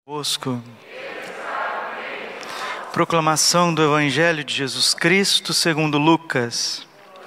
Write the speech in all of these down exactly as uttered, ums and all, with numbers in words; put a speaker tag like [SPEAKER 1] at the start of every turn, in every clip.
[SPEAKER 1] Bosco. Proclamação do Evangelho de Jesus Cristo segundo Lucas.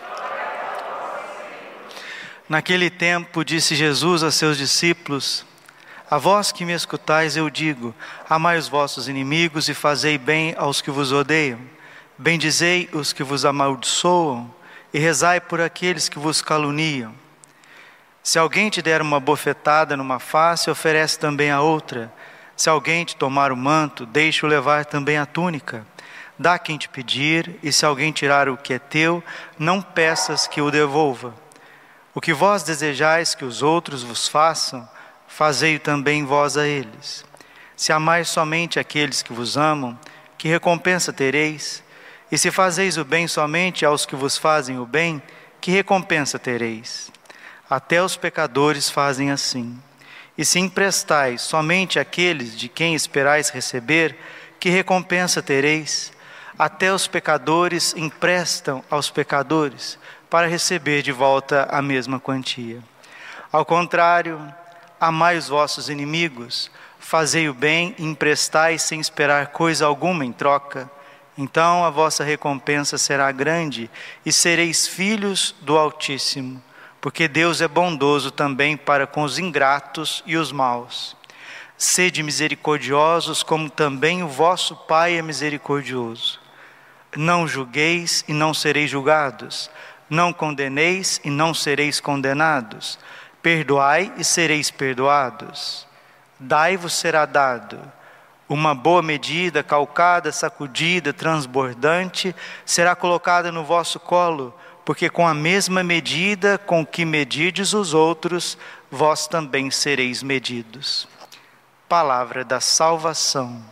[SPEAKER 1] Naquele tempo disse Jesus a seus discípulos: A vós que me escutais eu digo, amai os vossos inimigos e fazei bem aos que vos odeiam. Bendizei os que vos amaldiçoam e rezai por aqueles que vos caluniam. Se alguém te der uma bofetada numa face, oferece também a outra. Se alguém te tomar o manto, deixe-o levar também a túnica. Dá quem te pedir, e se alguém tirar o que é teu, não peças que o devolva. O que vós desejais que os outros vos façam, fazei-o também vós a eles. Se amais somente aqueles que vos amam, que recompensa tereis? E se fazeis o bem somente aos que vos fazem o bem, que recompensa tereis? Até os pecadores fazem assim. E se emprestais somente àqueles de quem esperais receber, que recompensa tereis? Até os pecadores emprestam aos pecadores, para receber de volta a mesma quantia. Ao contrário, amai os vossos inimigos, fazei o bem e emprestai sem esperar coisa alguma em troca. Então a vossa recompensa será grande e sereis filhos do Altíssimo. Porque Deus é bondoso também para com os ingratos e os maus. Sede misericordiosos, como também o vosso Pai é misericordioso. Não julgueis e não sereis julgados. Não condeneis e não sereis condenados. Perdoai e sereis perdoados. Dai-vos será dado. Uma boa medida, calcada, sacudida, transbordante, será colocada no vosso colo, porque com a mesma medida com que medides os outros, vós também sereis medidos. Palavra da salvação.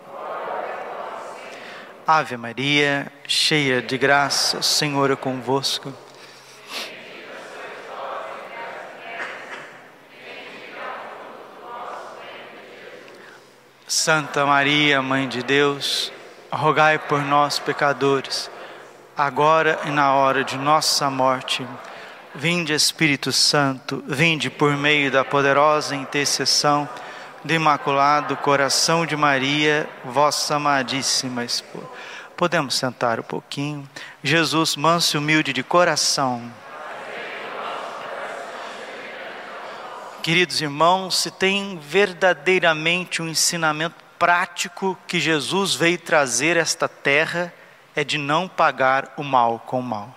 [SPEAKER 1] Ave Maria, cheia de graça, o Senhor é convosco. Santa Maria, Mãe de Deus, rogai por nós, pecadores, agora e na hora de nossa morte. Vinde, Espírito Santo, vinde por meio da poderosa intercessão do Imaculado Coração de Maria, vossa amadíssima esposa. Podemos sentar um pouquinho. Jesus, manso e humilde de coração. Queridos irmãos, se tem verdadeiramente um ensinamento prático que Jesus veio trazer a esta terra, é de não pagar o mal com o mal.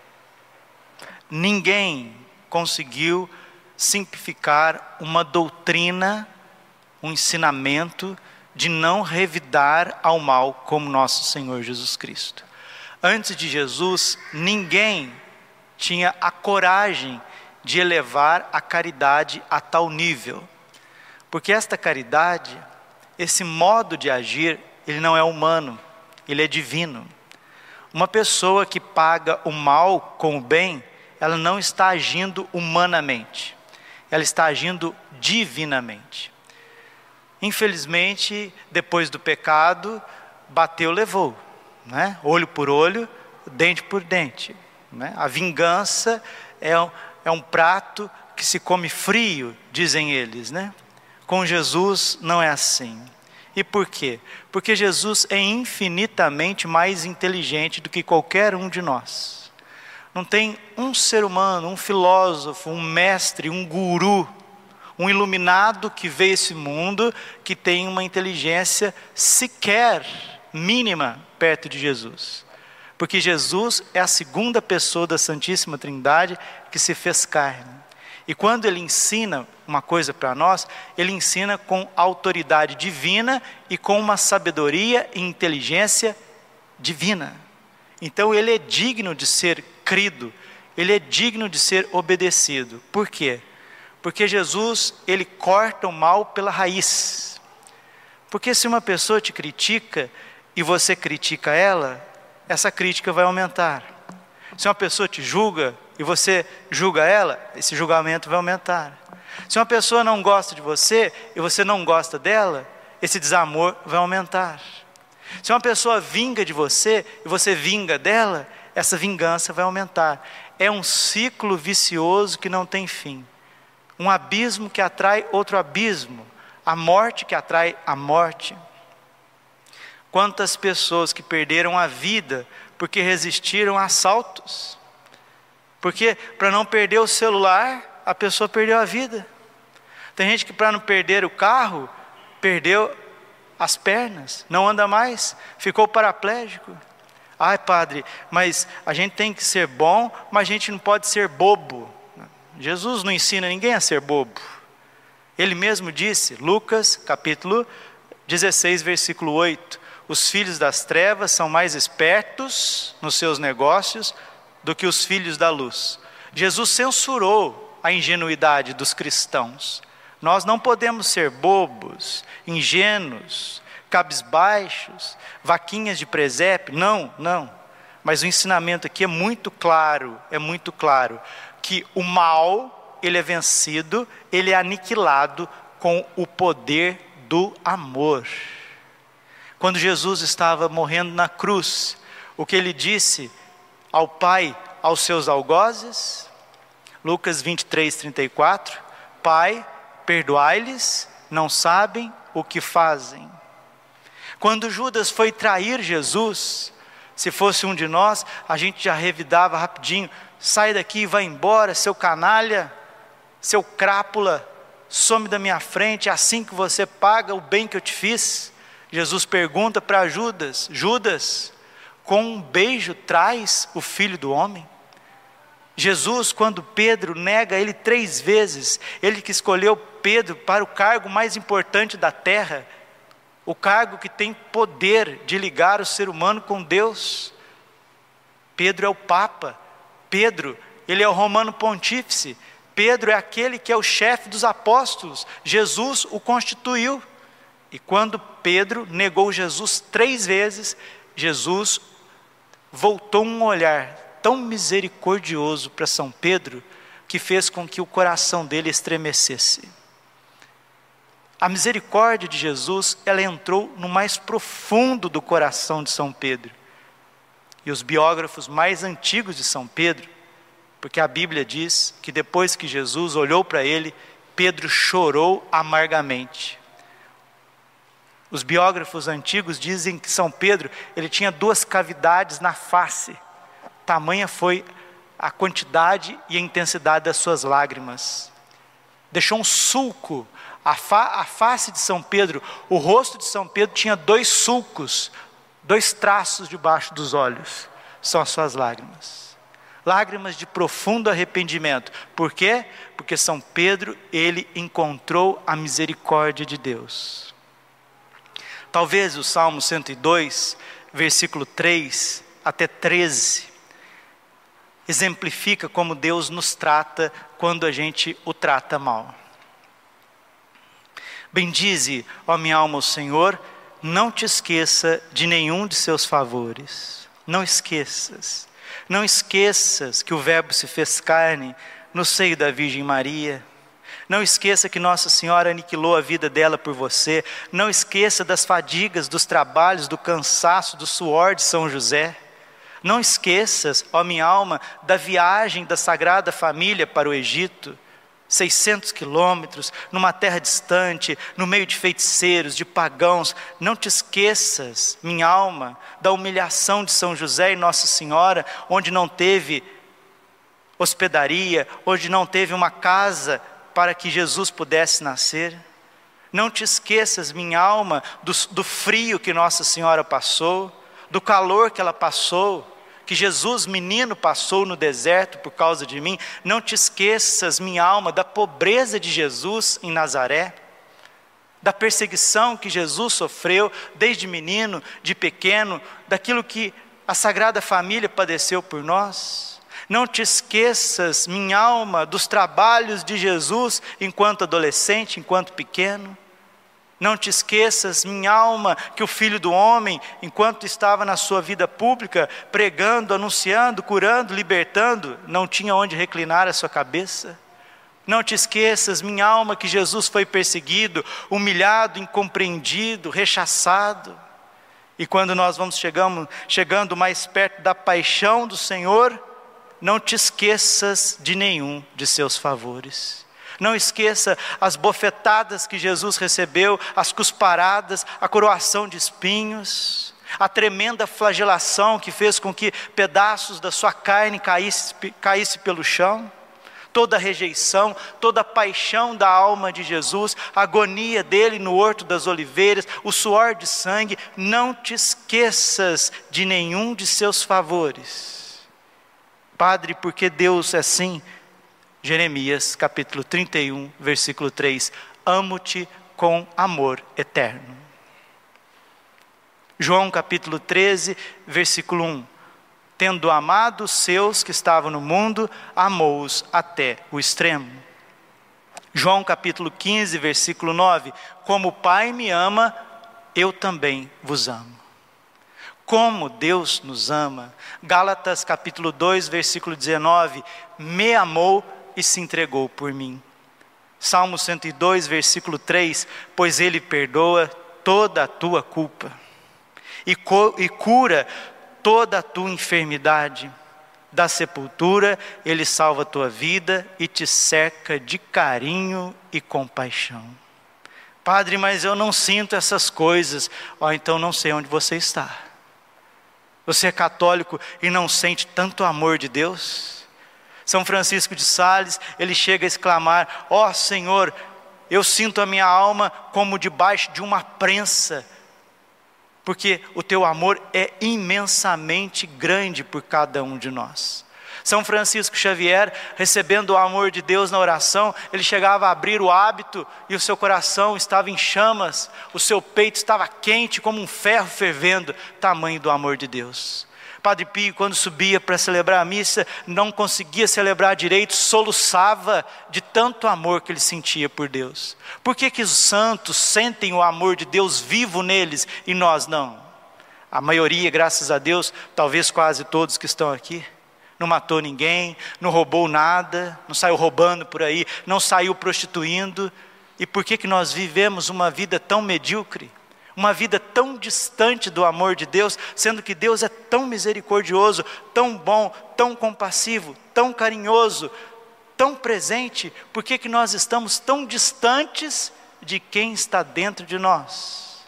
[SPEAKER 1] Ninguém conseguiu simplificar uma doutrina, um ensinamento de não revidar ao mal como nosso Senhor Jesus Cristo. Antes de Jesus, ninguém tinha a coragem de elevar a caridade a tal nível. Porque esta caridade, esse modo de agir, ele não é humano, ele é divino. Uma pessoa que paga o mal com o bem, ela não está agindo humanamente, ela está agindo divinamente. Infelizmente, depois do pecado, bateu, levou, né? Olho por olho, dente por dente, né? A vingança é um, é um prato que se come frio, dizem eles, né? Com Jesus não é assim. E por quê? Porque Jesus é infinitamente mais inteligente do que qualquer um de nós. Não tem um ser humano, um filósofo, um mestre, um guru, um iluminado que vê esse mundo, que tem uma inteligência sequer mínima perto de Jesus. Porque Jesus é a segunda pessoa da Santíssima Trindade que se fez carne. E quando ele ensina uma coisa para nós, ele ensina com autoridade divina e com uma sabedoria e inteligência divina. Então ele é digno de ser crido, ele é digno de ser obedecido. Por quê? Porque Jesus, ele corta o mal pela raiz. Porque se uma pessoa te critica e você critica ela, essa crítica vai aumentar. Se uma pessoa te julga e você julga ela, esse julgamento vai aumentar. Se uma pessoa não gosta de você e você não gosta dela, esse desamor vai aumentar. Se uma pessoa vinga de você e você vinga dela, essa vingança vai aumentar. É um ciclo vicioso que não tem fim. Um abismo que atrai outro abismo. a morte que atrai a morte. Quantas pessoas que perderam a vida porque resistiram a assaltos? Porque para não perder o celular, a pessoa perdeu a vida. Tem gente que para não perder o carro, perdeu as pernas, não anda mais, ficou paraplégico. Ai, padre, mas a gente tem que ser bom, mas a gente não pode ser bobo. Jesus não ensina ninguém a ser bobo. Ele mesmo disse, Lucas capítulo dezesseis, versículo oito, os filhos das trevas são mais espertos nos seus negócios do que os filhos da luz. Jesus censurou a ingenuidade dos cristãos. Nós não podemos ser bobos, ingênuos, cabisbaixos, vaquinhas de presépio, não, não. Mas o ensinamento aqui é muito claro, é muito claro, que o mal, ele é vencido, ele é aniquilado com o poder do amor. Quando Jesus estava morrendo na cruz, o que ele disse ao Pai, aos seus algozes? Lucas vinte e três, trinta e quatro, Pai, perdoai-lhes, não sabem o que fazem. Quando Judas foi trair Jesus, se fosse um de nós, a gente já revidava rapidinho, sai daqui e vai embora, seu canalha, seu crápula, some da minha frente, é assim que você paga o bem que eu te fiz. Jesus pergunta para Judas, Judas, com um beijo traz o Filho do Homem? Jesus, quando Pedro nega ele três vezes, ele que escolheu Pedro para o cargo mais importante da terra, o cargo que tem poder de ligar o ser humano com Deus. Pedro é o Papa, Pedro, ele é o Romano Pontífice, Pedro é aquele que é o chefe dos apóstolos, Jesus o constituiu. E quando Pedro negou Jesus três vezes, Jesus voltou um olhar tão misericordioso para São Pedro, que fez com que o coração dele estremecesse. A misericórdia de Jesus, ela entrou no mais profundo do coração de São Pedro. E os biógrafos mais antigos de São Pedro, porque a Bíblia diz que depois que Jesus olhou para ele, Pedro chorou amargamente. Os biógrafos antigos dizem que São Pedro, ele tinha duas cavidades na face. Tamanha foi a quantidade e a intensidade das suas lágrimas. Deixou um sulco. A, fa- a face de São Pedro, o rosto de São Pedro tinha dois sulcos, dois traços debaixo dos olhos. São as suas lágrimas. Lágrimas de profundo arrependimento. Por quê? Porque São Pedro, ele encontrou a misericórdia de Deus. Talvez o Salmo cento e dois, versículo três até treze, exemplifica como Deus nos trata quando a gente o trata mal. Bendize, ó minha alma, o Senhor, não te esqueça de nenhum de seus favores. Não esqueças. Não esqueças que o Verbo se fez carne no seio da Virgem Maria. Não esqueça que Nossa Senhora aniquilou a vida dela por você. Não esqueça das fadigas, dos trabalhos, do cansaço, do suor de São José. Não esqueças, ó minha alma, da viagem da Sagrada Família para o Egito. seiscentos quilômetros, numa terra distante, no meio de feiticeiros, de pagãos. Não te esqueças, minha alma, da humilhação de São José e Nossa Senhora, onde não teve hospedaria, onde não teve uma casa para que Jesus pudesse nascer. Não te esqueças, minha alma, do, do frio que Nossa Senhora passou, do calor que ela passou, que Jesus, menino, passou no deserto por causa de mim. Não te esqueças, minha alma, da pobreza de Jesus em Nazaré, da perseguição que Jesus sofreu desde menino, de pequeno, daquilo que a Sagrada Família padeceu por nós. Não te esqueças, minha alma, dos trabalhos de Jesus enquanto adolescente, enquanto pequeno. Não te esqueças, minha alma, que o Filho do Homem, enquanto estava na sua vida pública, pregando, anunciando, curando, libertando, não tinha onde reclinar a sua cabeça. Não te esqueças, minha alma, que Jesus foi perseguido, humilhado, incompreendido, rechaçado. E quando nós vamos chegando, chegando mais perto da paixão do Senhor, não te esqueças de nenhum de seus favores. Não esqueça as bofetadas que Jesus recebeu, as cusparadas, a coroação de espinhos, a tremenda flagelação que fez com que pedaços da sua carne caísse, caísse pelo chão, toda a rejeição, toda a paixão da alma de Jesus, a agonia dele no Horto das Oliveiras, o suor de sangue. Não te esqueças de nenhum de seus favores. Padre, por que Deus é assim? Jeremias capítulo trinta e um, versículo três, amo-te com amor eterno. João capítulo treze, versículo um, tendo amado os seus que estavam no mundo, amou-os até o extremo. João capítulo quinze, versículo nove, como o Pai me ama, eu também vos amo. Como Deus nos ama. Gálatas capítulo dois, versículo dezenove, me amou e se entregou por mim. Salmo cento e dois, versículo três, pois Ele perdoa toda a tua culpa e, co- e cura toda a tua enfermidade. Da sepultura Ele salva a tua vida e te cerca de carinho e compaixão. Padre, mas eu não sinto essas coisas. Ó, então não sei onde você está. Você é católico e não sente tanto amor de Deus? São Francisco de Sales, ele chega a exclamar: ó Senhor, eu sinto a minha alma como debaixo de uma prensa, porque o teu amor é imensamente grande por cada um de nós. São Francisco Xavier, recebendo o amor de Deus na oração, ele chegava a abrir o hábito e o seu coração estava em chamas, o seu peito estava quente como um ferro fervendo, tamanho do amor de Deus. Padre Pio, quando subia para celebrar a missa, não conseguia celebrar direito, soluçava de tanto amor que ele sentia por Deus. Por que que os santos sentem o amor de Deus vivo neles e nós não? A maioria, graças a Deus, talvez quase todos que estão aqui, não matou ninguém, não roubou nada, não saiu roubando por aí, não saiu prostituindo. E por que que nós vivemos uma vida tão medíocre? Uma vida tão distante do amor de Deus, sendo que Deus é tão misericordioso, tão bom, tão compassivo, tão carinhoso, tão presente. Por que que nós estamos tão distantes de quem está dentro de nós?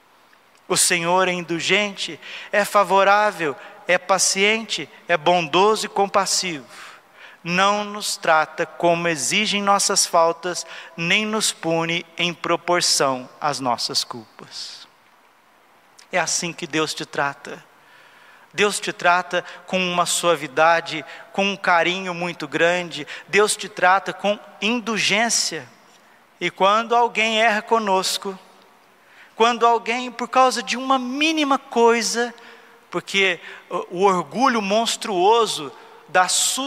[SPEAKER 1] O Senhor é indulgente, é favorável, é paciente, é bondoso e compassivo. Não nos trata como exigem nossas faltas, nem nos pune em proporção às nossas culpas. É assim que Deus te trata. Deus te trata com uma suavidade, com um carinho muito grande. Deus te trata com indulgência. E quando alguém erra conosco, quando alguém, por causa de uma mínima coisa, porque o orgulho monstruoso da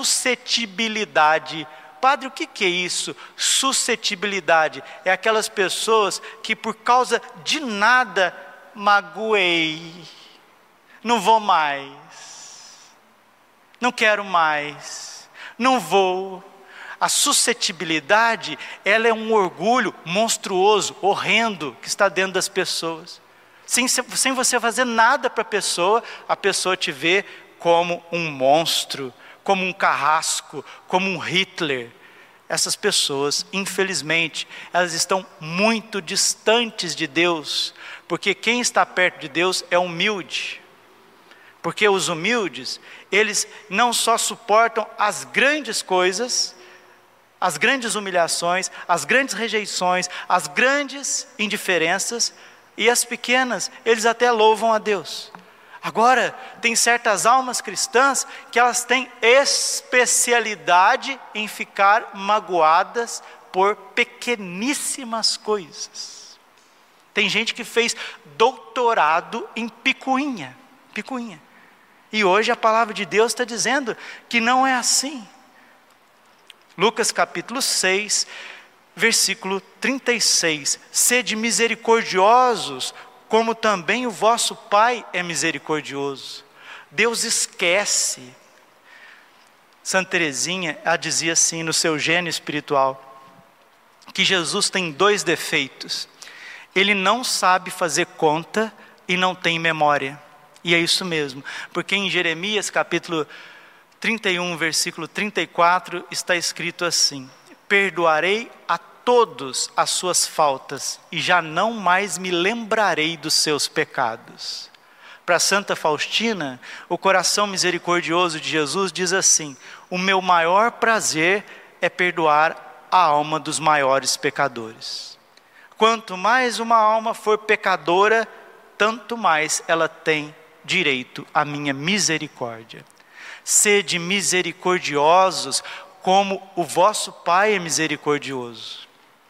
[SPEAKER 1] suscetibilidade. Padre, o que que é isso? Suscetibilidade é aquelas pessoas que por causa de nada, magoei, não vou mais, não quero mais, não vou. A suscetibilidade, ela é um orgulho monstruoso, horrendo, que está dentro das pessoas. Sem, sem você fazer nada para a pessoa, a pessoa te vê como um monstro, como um carrasco, como um Hitler. Essas pessoas, infelizmente, elas estão muito distantes de Deus, porque quem está perto de Deus é humilde. Porque os humildes, eles não só suportam as grandes coisas, as grandes humilhações, as grandes rejeições, as grandes indiferenças, e as pequenas, eles até louvam a Deus. Agora, tem certas almas cristãs que elas têm especialidade em ficar magoadas por pequeníssimas coisas. Tem gente que fez doutorado em picuinha, picuinha. E hoje a palavra de Deus está dizendo que não é assim. Lucas capítulo seis, versículo trinta e seis, sede misericordiosos, como também o vosso Pai é misericordioso. Deus esquece. Santa Teresinha, ela dizia assim no seu gênio espiritual, que Jesus tem dois defeitos. Ele não sabe fazer conta e não tem memória. E é isso mesmo, porque em Jeremias capítulo trinta e um, versículo trinta e quatro, está escrito assim: perdoarei a todos as suas faltas e já não mais me lembrarei dos seus pecados. Para Santa Faustina, o coração misericordioso de Jesus diz assim: o meu maior prazer é perdoar a alma dos maiores pecadores. Quanto mais uma alma for pecadora, tanto mais ela tem direito à minha misericórdia. Sede misericordiosos, como o vosso Pai é misericordioso.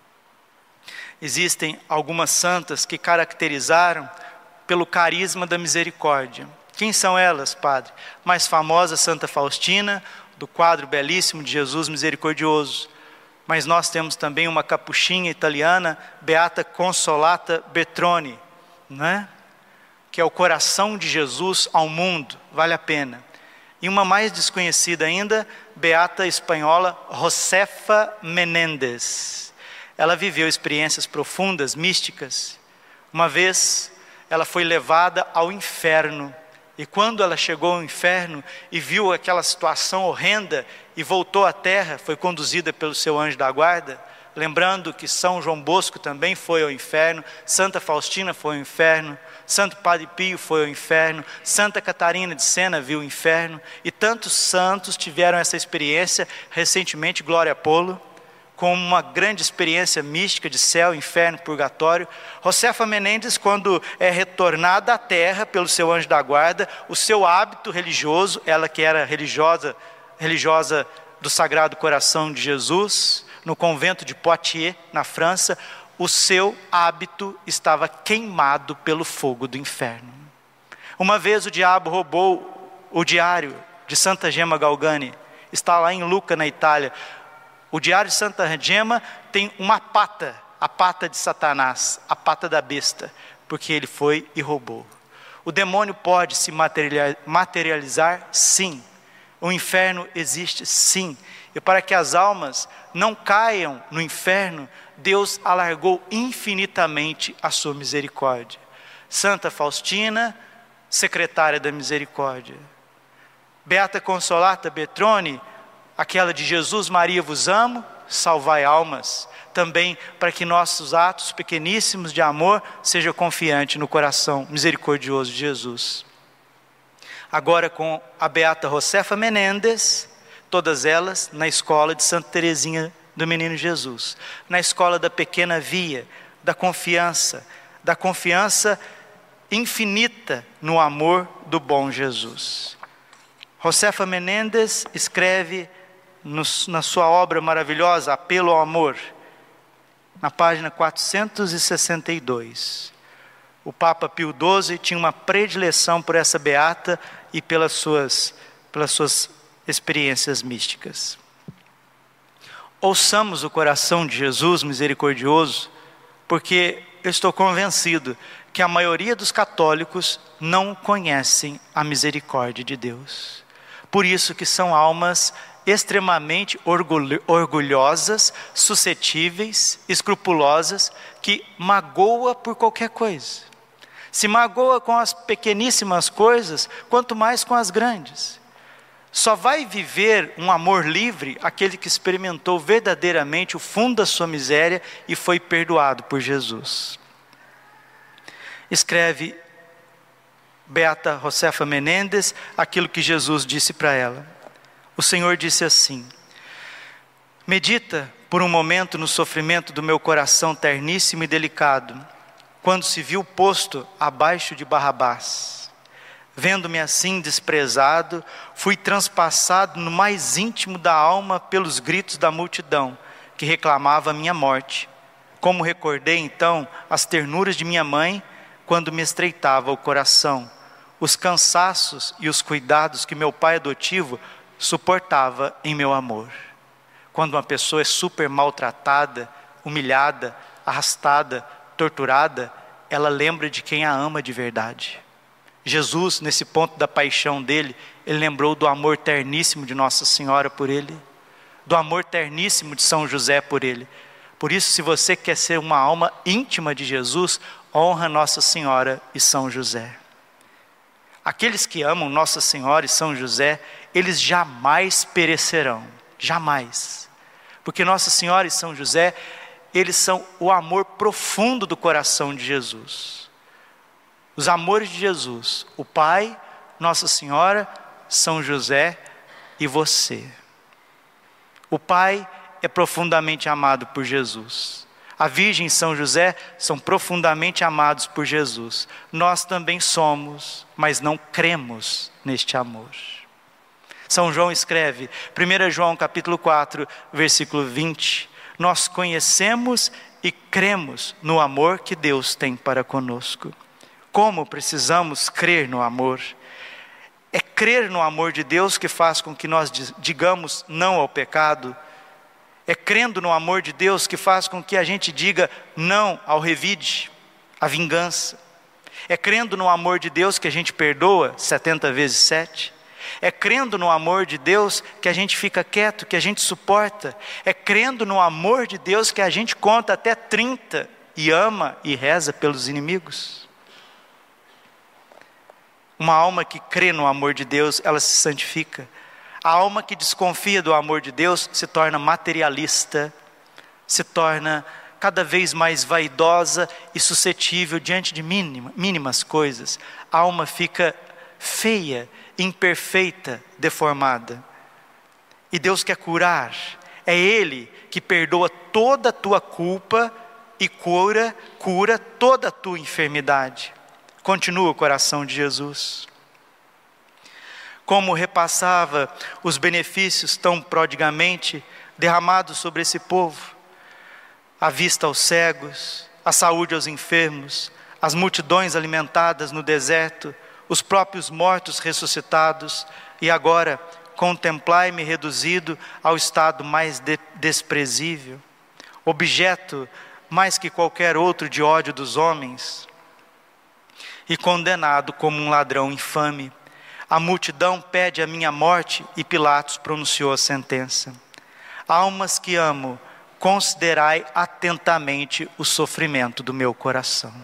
[SPEAKER 1] Existem algumas santas que caracterizaram pelo carisma da misericórdia. Quem são elas, padre? Mais famosa, Santa Faustina, do quadro belíssimo de Jesus misericordioso. Mas nós temos também uma capuchinha italiana, Beata Consolata Bertroni, né? Que é o coração de Jesus ao mundo, vale a pena. E uma mais desconhecida ainda, Beata espanhola Josefa Menéndez. Ela viveu experiências profundas, místicas. Uma vez ela foi levada ao inferno, e quando ela chegou ao inferno e viu aquela situação horrenda e voltou à terra, foi conduzida pelo seu anjo da guarda, lembrando que São João Bosco também foi ao inferno, Santa Faustina foi ao inferno, Santo Padre Pio foi ao inferno, Santa Catarina de Sena viu o inferno, e tantos santos tiveram essa experiência. Recentemente, Glória Polo, com uma grande experiência mística de céu, inferno, purgatório. Josefa Menéndez, quando é retornada à terra pelo seu anjo da guarda, o seu hábito religioso, ela que era religiosa, religiosa do Sagrado Coração de Jesus, no convento de Poitiers, na França, o seu hábito estava queimado pelo fogo do inferno. Uma vez o diabo roubou o diário de Santa Gemma Galgani, está lá em Lucca, na Itália. O diário de Santa Gemma tem uma pata, a pata de Satanás, a pata da besta, porque ele foi e roubou. O demônio pode se materializar? Sim. O inferno existe? Sim. E para que as almas não caiam no inferno, Deus alargou infinitamente a sua misericórdia. Santa Faustina, secretária da misericórdia. Beata Consolata Bertroni, aquela de Jesus, Maria vos amo, salvai almas. Também para que nossos atos pequeníssimos de amor sejam confiantes no coração misericordioso de Jesus. Agora com a Beata Josefa Menéndez, todas elas na escola de Santa Teresinha do Menino Jesus, na escola da pequena via, da confiança, da confiança infinita no amor do bom Jesus. Josefa Menéndez escreve no, na sua obra maravilhosa, Apelo ao Amor, na página quatrocentos e sessenta e dois. O Papa Pio doze tinha uma predileção por essa beata e pelas suas, pelas suas experiências místicas. Ouçamos o coração de Jesus misericordioso, porque eu estou convencido que a maioria dos católicos não conhecem a misericórdia de Deus. Por isso que são almas extremamente orgulhosas, suscetíveis, escrupulosas, que magoa por qualquer coisa. Se magoa com as pequeníssimas coisas, quanto mais com as grandes. Só vai viver um amor livre aquele que experimentou verdadeiramente o fundo da sua miséria e foi perdoado por Jesus. Escreve Beata Josefa Menéndez aquilo que Jesus disse para ela. O Senhor disse assim: medita por um momento no sofrimento do meu coração terníssimo e delicado, quando se viu posto abaixo de Barrabás. Vendo-me assim desprezado, fui transpassado no mais íntimo da alma pelos gritos da multidão, que reclamava a minha morte. Como recordei então as ternuras de minha mãe, quando me estreitava o coração, os cansaços e os cuidados que meu pai adotivo suportava em meu amor. Quando uma pessoa é super maltratada, humilhada, arrastada, torturada, ela lembra de quem a ama de verdade. Jesus, nesse ponto da paixão dele, ele lembrou do amor terníssimo de Nossa Senhora por ele, do amor terníssimo de São José por ele. Por isso, se você quer ser uma alma íntima de Jesus, honra Nossa Senhora e São José. Aqueles que amam Nossa Senhora e São José, eles jamais perecerão, jamais. Porque Nossa Senhora e São José, eles são o amor profundo do coração de Jesus. Os amores de Jesus, o Pai, Nossa Senhora, São José e você. O Pai é profundamente amado por Jesus. A Virgem e São José são profundamente amados por Jesus. Nós também somos, mas não cremos neste amor. São João escreve, primeiro João capítulo quatro, versículo vinte, nós conhecemos e cremos no amor que Deus tem para conosco. Como precisamos crer no amor? É crer no amor de Deus que faz com que nós digamos não ao pecado. É crendo no amor de Deus que faz com que a gente diga não ao revide, à vingança. É crendo no amor de Deus que a gente perdoa setenta vezes sete. É crendo no amor de Deus que a gente fica quieto, que a gente suporta. É crendo no amor de Deus que a gente conta até trinta e ama e reza pelos inimigos. Uma alma que crê no amor de Deus, ela se santifica. A alma que desconfia do amor de Deus se torna materialista, se torna cada vez mais vaidosa e suscetível diante de mínima, mínimas coisas. A alma fica feia, imperfeita, deformada. E Deus quer curar. É Ele que perdoa toda a tua culpa e cura, cura toda a tua enfermidade. Continua o coração de Jesus. Como repassava os benefícios tão prodigamente derramados sobre esse povo. A vista aos cegos, a saúde aos enfermos, as multidões alimentadas no deserto, os próprios mortos ressuscitados, e agora contemplai-me reduzido ao estado mais de- desprezível, objeto mais que qualquer outro de ódio dos homens, e condenado como um ladrão infame. A multidão pede a minha morte e Pilatos pronunciou a sentença. Almas que amo, considerai atentamente o sofrimento do meu coração.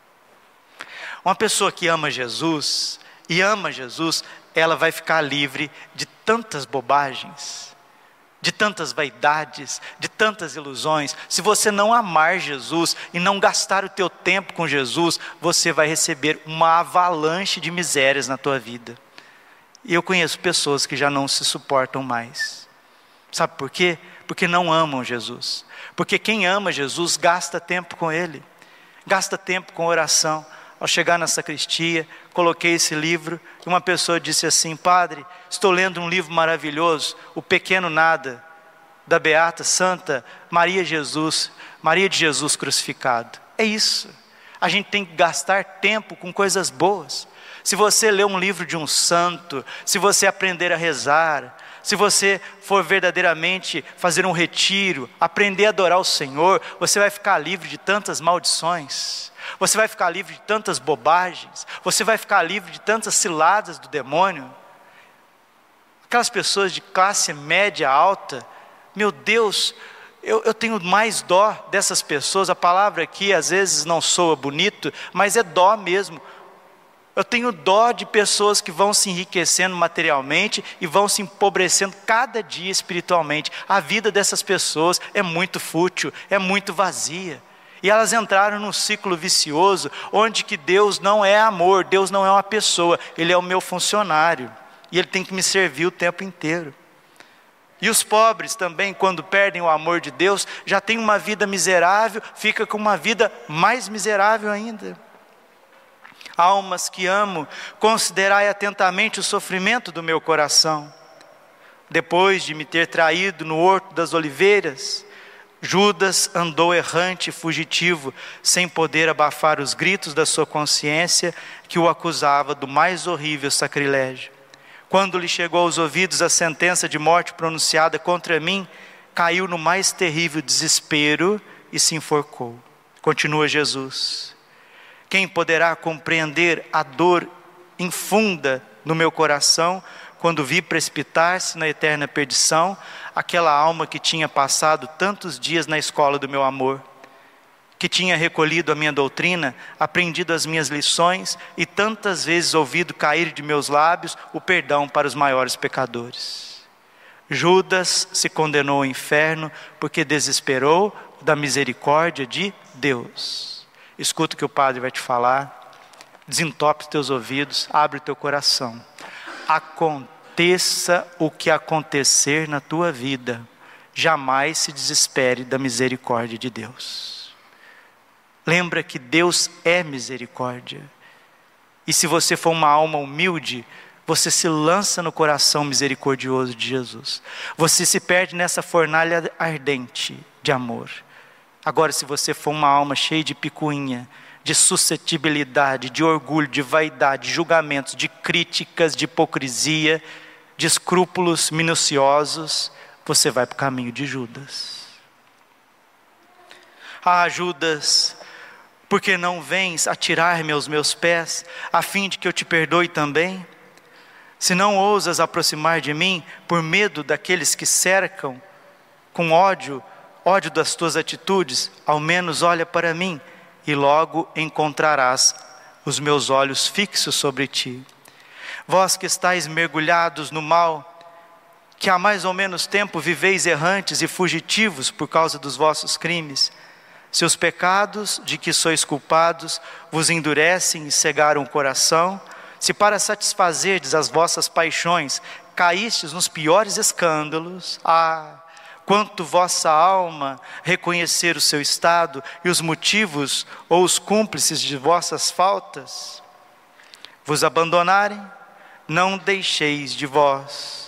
[SPEAKER 1] Uma pessoa que ama Jesus, e ama Jesus, ela vai ficar livre de tantas bobagens, de tantas vaidades, de tantas ilusões. Se você não amar Jesus e não gastar o teu tempo com Jesus, você vai receber uma avalanche de misérias na tua vida. E eu conheço pessoas que já não se suportam mais. Sabe por quê? Porque não amam Jesus. Porque quem ama Jesus gasta tempo com Ele, gasta tempo com oração. Ao chegar na sacristia, coloquei esse livro e uma pessoa disse assim: Padre, estou lendo um livro maravilhoso, O Pequeno Nada, da Beata Santa Maria Jesus, Maria de Jesus crucificado. É isso. A gente tem que gastar tempo com coisas boas. Se você ler um livro de um santo, se você aprender a rezar, se você for verdadeiramente fazer um retiro, aprender a adorar o Senhor, você vai ficar livre de tantas maldições, você vai ficar livre de tantas bobagens, você vai ficar livre de tantas ciladas do demônio. Aquelas pessoas de classe média alta, meu Deus, eu, eu tenho mais dó dessas pessoas. A palavra aqui às vezes não soa bonito, mas é dó mesmo. Eu tenho dó de pessoas que vão se enriquecendo materialmente e vão se empobrecendo cada dia espiritualmente. A vida dessas pessoas é muito fútil, é muito vazia. E elas entraram num ciclo vicioso, onde que Deus não é amor, Deus não é uma pessoa, Ele é o meu funcionário. E Ele tem que me servir o tempo inteiro. E os pobres também, quando perdem o amor de Deus, já têm uma vida miserável, fica com uma vida mais miserável ainda. Almas que amo, considerai atentamente o sofrimento do meu coração. Depois de me ter traído no horto das oliveiras, Judas andou errante e fugitivo, sem poder abafar os gritos da sua consciência, que o acusava do mais horrível sacrilégio. Quando lhe chegou aos ouvidos a sentença de morte pronunciada contra mim, caiu no mais terrível desespero e se enforcou. Continua Jesus. Quem poderá compreender a dor infunda no meu coração, quando vi precipitar-se na eterna perdição, aquela alma que tinha passado tantos dias na escola do meu amor, que tinha recolhido a minha doutrina, aprendido as minhas lições e tantas vezes ouvido cair de meus lábios o perdão para os maiores pecadores. Judas se condenou ao inferno porque desesperou da misericórdia de Deus. Escuta o que o padre vai te falar, desentope os teus ouvidos, abre o teu coração. Aconteça o que acontecer na tua vida, jamais se desespere da misericórdia de Deus. Lembra que Deus é misericórdia. E se você for uma alma humilde, você se lança no coração misericordioso de Jesus. Você se perde nessa fornalha ardente de amor. Agora, se você for uma alma cheia de picuinha, de suscetibilidade, de orgulho, de vaidade, de julgamentos, de críticas, de hipocrisia, de escrúpulos minuciosos, você vai para o caminho de Judas. Ah, Judas, por que não vens atirar-me aos meus pés, a fim de que eu te perdoe também? Se não ousas aproximar de mim, por medo daqueles que cercam, com ódio, ódio das tuas atitudes, ao menos olha para mim, e logo encontrarás os meus olhos fixos sobre ti. Vós que estáis mergulhados no mal, que há mais ou menos tempo viveis errantes e fugitivos por causa dos vossos crimes, seus pecados de que sois culpados vos endurecem e cegaram o coração, se para satisfazerdes as vossas paixões caístes nos piores escândalos, ah, quanto vossa alma reconhecer o seu estado e os motivos ou os cúmplices de vossas faltas vos abandonarem, não deixeis de vós,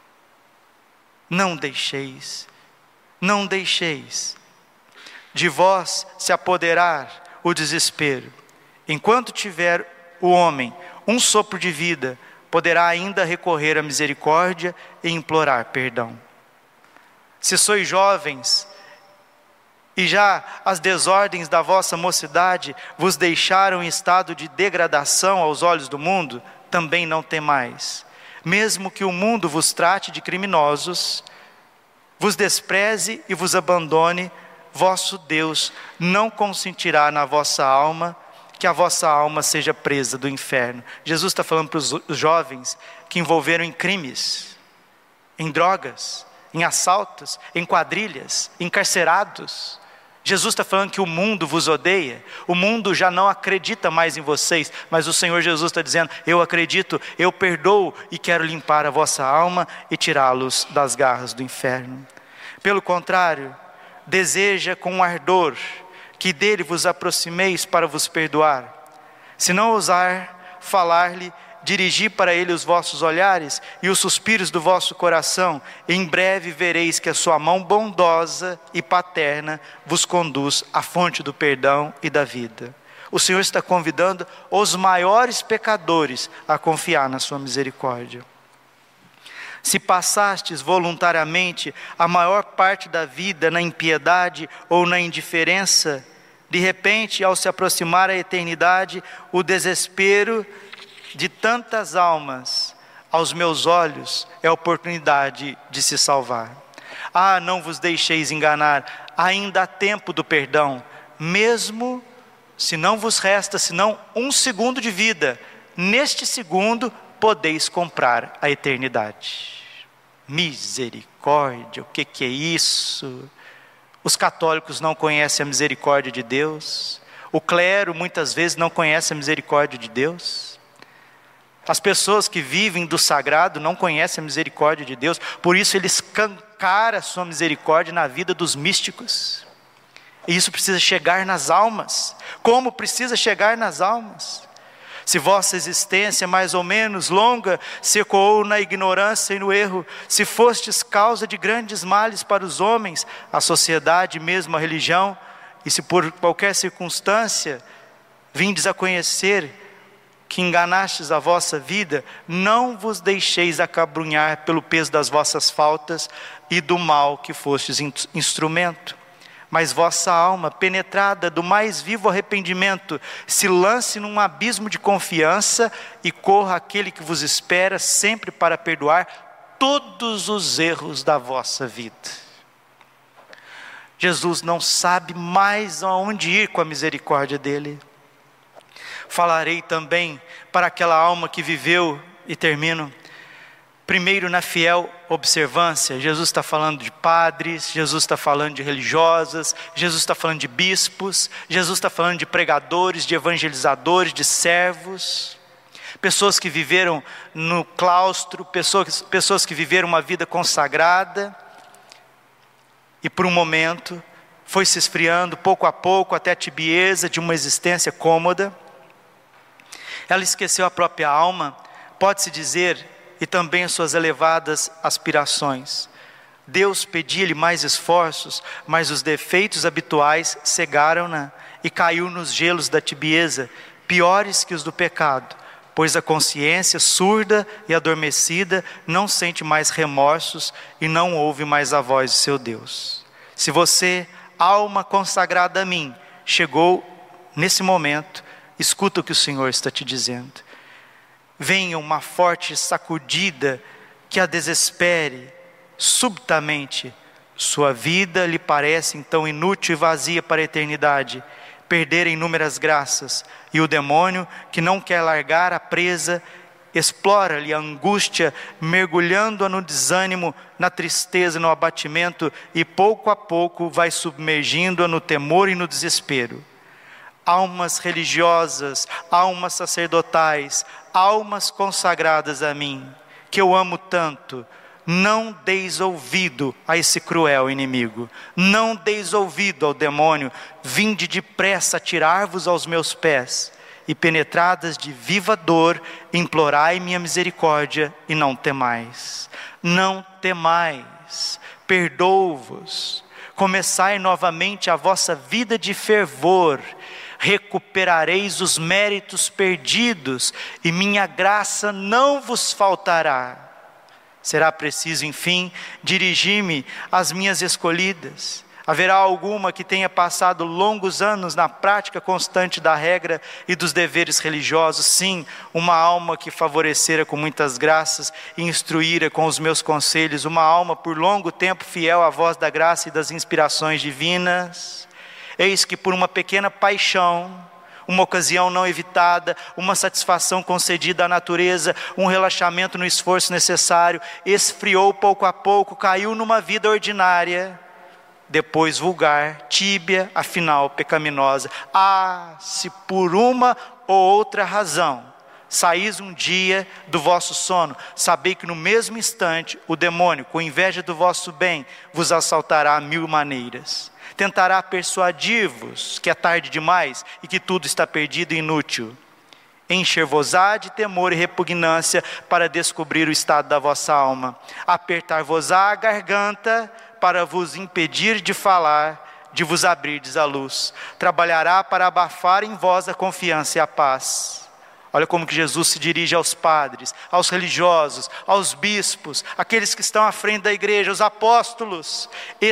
[SPEAKER 1] não deixeis, não deixeis de vós se apoderar o desespero. Enquanto tiver o homem um sopro de vida, poderá ainda recorrer à misericórdia e implorar perdão. Se sois jovens, e já as desordens da vossa mocidade vos deixaram em estado de degradação aos olhos do mundo, também não temais. Mesmo que o mundo vos trate de criminosos, vos despreze e vos abandone, vosso Deus não consentirá na vossa alma que a vossa alma seja presa do inferno. Jesus está falando para os jovens que envolveram em crimes, em drogas, em assaltos, em quadrilhas, encarcerados. Jesus está falando que o mundo vos odeia, o mundo já não acredita mais em vocês, mas o Senhor Jesus está dizendo, eu acredito, eu perdoo e quero limpar a vossa alma e tirá-los das garras do inferno. Pelo contrário, deseja com ardor que dele vos aproximeis para vos perdoar. Se não ousar falar-lhe, dirigi para ele os vossos olhares e os suspiros do vosso coração, em breve vereis que a sua mão bondosa e paterna vos conduz à fonte do perdão e da vida. O Senhor está convidando os maiores pecadores a confiar na sua misericórdia. Se passastes voluntariamente a maior parte da vida na impiedade ou na indiferença, de repente, ao se aproximar a eternidade, o desespero de tantas almas, aos meus olhos, é a oportunidade de se salvar. Ah, não vos deixeis enganar, ainda há tempo do perdão, mesmo se não vos resta senão um segundo de vida, neste segundo podeis comprar a eternidade. Misericórdia, o que, que é isso? Os católicos não conhecem a misericórdia de Deus, o clero muitas vezes não conhece a misericórdia de Deus. As pessoas que vivem do sagrado não conhecem a misericórdia de Deus, por isso eles escancaram a sua misericórdia na vida dos místicos. E isso precisa chegar nas almas. Como precisa chegar nas almas? Se vossa existência mais ou menos longa se ecoou na ignorância e no erro, se fostes causa de grandes males para os homens, a sociedade mesmo, a religião, e se por qualquer circunstância vindes a conhecer que enganastes a vossa vida, não vos deixeis acabrunhar pelo peso das vossas faltas e do mal que fostes instrumento. Mas vossa alma, penetrada do mais vivo arrependimento, se lance num abismo de confiança e corra aquele que vos espera sempre para perdoar todos os erros da vossa vida. Jesus não sabe mais aonde ir com a misericórdia dele. Falarei também para aquela alma que viveu, e termino, Primeiro, na fiel observância. Jesus está falando de padres, Jesus está falando de religiosas, Jesus está falando de bispos, Jesus está falando de pregadores, de evangelizadores, de servos, pessoas que viveram no claustro, pessoas, pessoas que viveram uma vida consagrada, e por um momento foi se esfriando pouco a pouco até a tibieza de uma existência cômoda. Ela esqueceu a própria alma, pode-se dizer, e também as suas elevadas aspirações. Deus pedia-lhe mais esforços, mas os defeitos habituais cegaram-na e caiu nos gelos da tibieza, piores que os do pecado, pois a consciência surda e adormecida não sente mais remorsos e não ouve mais a voz de seu Deus. Se você, alma consagrada a mim, chegou nesse momento, escuta o que o Senhor está te dizendo. Venha uma forte sacudida que a desespere. Subitamente, sua vida lhe parece então inútil e vazia para a eternidade. Perder inúmeras graças, e o demônio, que não quer largar a presa, explora-lhe a angústia, mergulhando-a no desânimo, na tristeza, no abatimento, e pouco a pouco vai submergindo-a no temor e no desespero. Almas religiosas, almas sacerdotais, almas consagradas a mim, que eu amo tanto, não deis ouvido a esse cruel inimigo, não deis ouvido ao demônio, vinde depressa tirar-vos aos meus pés, e penetradas de viva dor, implorai minha misericórdia, e não temais, não temais, perdoo-vos, começai novamente a vossa vida de fervor, recuperareis os méritos perdidos, e minha graça não vos faltará. Será preciso, enfim, dirigir-me às minhas escolhidas. Haverá alguma que tenha passado longos anos na prática constante da regra e dos deveres religiosos? Sim, uma alma que favorecera com muitas graças e instruíra com os meus conselhos, uma alma por longo tempo fiel à voz da graça e das inspirações divinas. Eis que por uma pequena paixão, uma ocasião não evitada, uma satisfação concedida à natureza, um relaxamento no esforço necessário, esfriou pouco a pouco, caiu numa vida ordinária, depois vulgar, tíbia, afinal pecaminosa. Ah, se por uma ou outra razão saís um dia do vosso sono, sabei que no mesmo instante o demônio, com inveja do vosso bem, vos assaltará a mil maneiras. Tentará persuadir-vos que é tarde demais e que tudo está perdido e inútil. Encher-vos-á de temor e repugnância para descobrir o estado da vossa alma. Apertar-vos-á a garganta para vos impedir de falar, de vos abrirdes à luz. Trabalhará para abafar em vós a confiança e a paz. Olha como que Jesus se dirige aos padres, aos religiosos, aos bispos, aqueles que estão à frente da igreja, os apóstolos.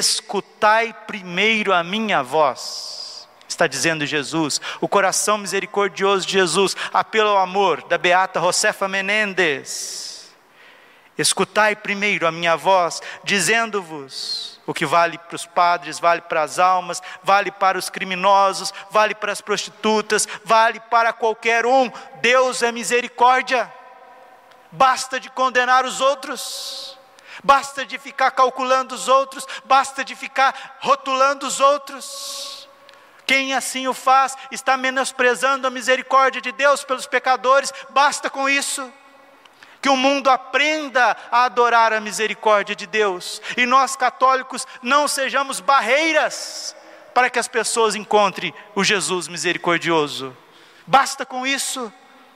[SPEAKER 1] Escutai primeiro a minha voz, está dizendo Jesus. O coração misericordioso de Jesus, apelo ao amor da beata Josefa Menendez. Escutai primeiro a minha voz, dizendo-vos o que vale para os padres, vale para as almas, vale para os criminosos, vale para as prostitutas, vale para qualquer um. Deus é misericórdia. Basta de condenar os outros, basta de ficar calculando os outros, basta de ficar rotulando os outros. Quem assim o faz, está menosprezando a misericórdia de Deus pelos pecadores. Basta com isso. Que o mundo aprenda a adorar a misericórdia de Deus. E nós católicos não sejamos barreiras para que as pessoas encontrem o Jesus misericordioso. Basta com isso.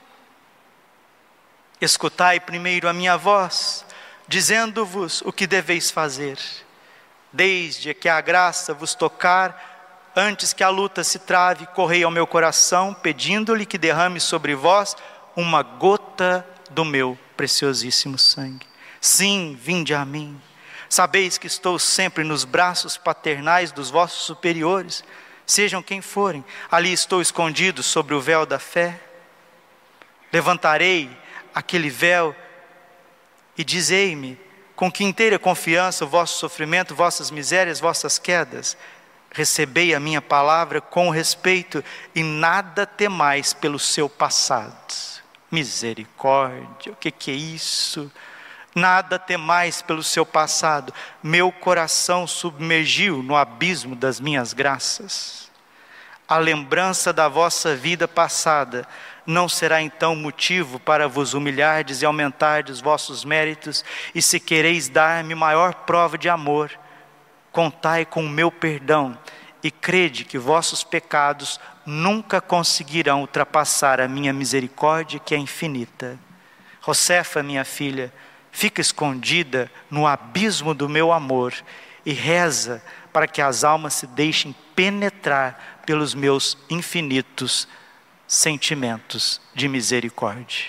[SPEAKER 1] Escutai primeiro a minha voz, dizendo-vos o que deveis fazer. Desde que a graça vos tocar, antes que a luta se trave, correi ao meu coração, pedindo-lhe que derrame sobre vós uma gota do meu preciosíssimo sangue. Sim, vinde a mim. Sabeis que estou sempre nos braços paternais dos vossos superiores, sejam quem forem. Ali estou escondido sobre o véu da fé. Levantarei aquele véu e dizei-me com que inteira confiança o vosso sofrimento, vossas misérias, vossas quedas. Recebei a minha palavra com respeito e nada temais pelo seu passado. Misericórdia, o que, que é isso? Nada temais pelo seu passado, meu coração submergiu no abismo das minhas graças. A lembrança da vossa vida passada não será então motivo para vos humilhardes e aumentardes vossos méritos, e se quereis dar-me maior prova de amor, contai com o meu perdão, e crede que vossos pecados nunca conseguirão ultrapassar a minha misericórdia, que é infinita. Josefa, minha filha, fica escondida no abismo do meu amor e reza para que as almas se deixem penetrar pelos meus infinitos sentimentos de misericórdia.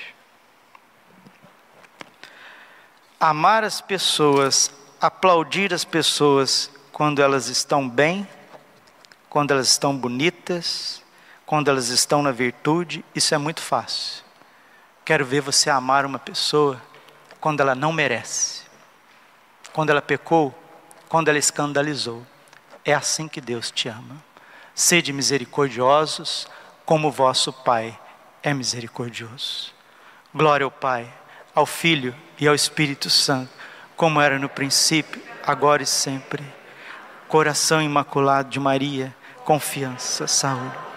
[SPEAKER 1] Amar as pessoas, aplaudir as pessoas quando elas estão bem, quando elas estão bonitas, quando elas estão na virtude, isso é muito fácil. Quero ver você amar uma pessoa quando ela não merece, quando ela pecou, quando ela escandalizou. É assim que Deus te ama. Sede misericordiosos, como vosso Pai é misericordioso. Glória ao Pai, ao Filho e ao Espírito Santo, como era no princípio, agora e sempre. Coração imaculado de Maria, confiança, saúde.